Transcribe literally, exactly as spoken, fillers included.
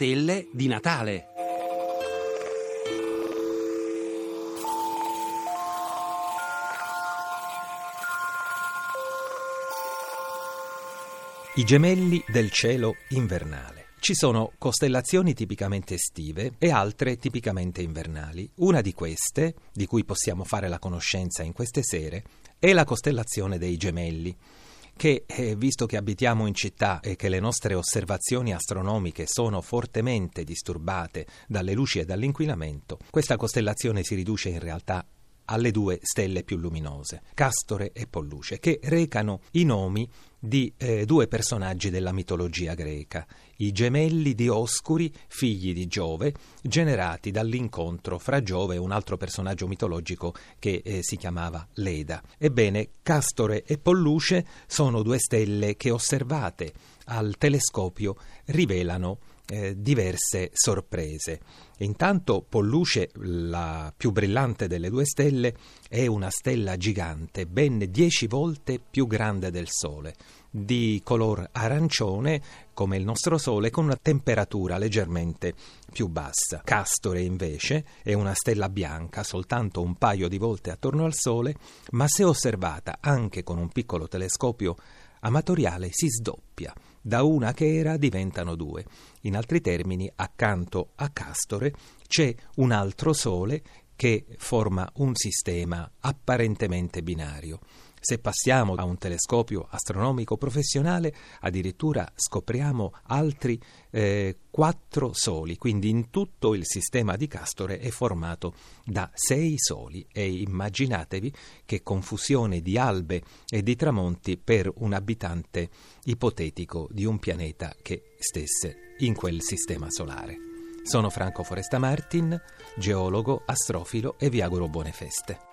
stelle di Natale. I gemelli del cielo invernale. Ci sono costellazioni tipicamente estive e altre tipicamente invernali. Una di queste, di cui possiamo fare la conoscenza in queste sere, è la costellazione dei gemelli, che, eh, visto che abitiamo in città e che le nostre osservazioni astronomiche sono fortemente disturbate dalle luci e dall'inquinamento, questa costellazione si riduce in realtà alle due stelle più luminose, Castore e Polluce, che recano i nomi di eh, due personaggi della mitologia greca, i gemelli Dioscuri, figli di Giove, generati dall'incontro fra Giove e un altro personaggio mitologico che eh, si chiamava Leda. Ebbene, Castore e Polluce sono due stelle che, osservate al telescopio, rivelano Eh, diverse sorprese. Intanto Polluce, la più brillante delle due stelle, è una stella gigante, ben dieci volte più grande del Sole, di color arancione come il nostro Sole, con una temperatura leggermente più bassa. Castore invece è una stella bianca, soltanto un paio di volte attorno al Sole, ma se osservata anche con un piccolo telescopio amatoriale si sdoppia. Da una che era diventano due. In altri termini, accanto a Castore c'è un altro Sole che forma un sistema apparentemente binario. Se passiamo a un telescopio astronomico professionale, addirittura scopriamo altri eh, quattro soli, quindi in tutto il sistema di Castore è formato da sei soli, e immaginatevi che confusione di albe e di tramonti per un abitante ipotetico di un pianeta che stesse in quel sistema solare. Sono Franco Foresta Martin, geologo, astrofilo, e vi auguro buone feste.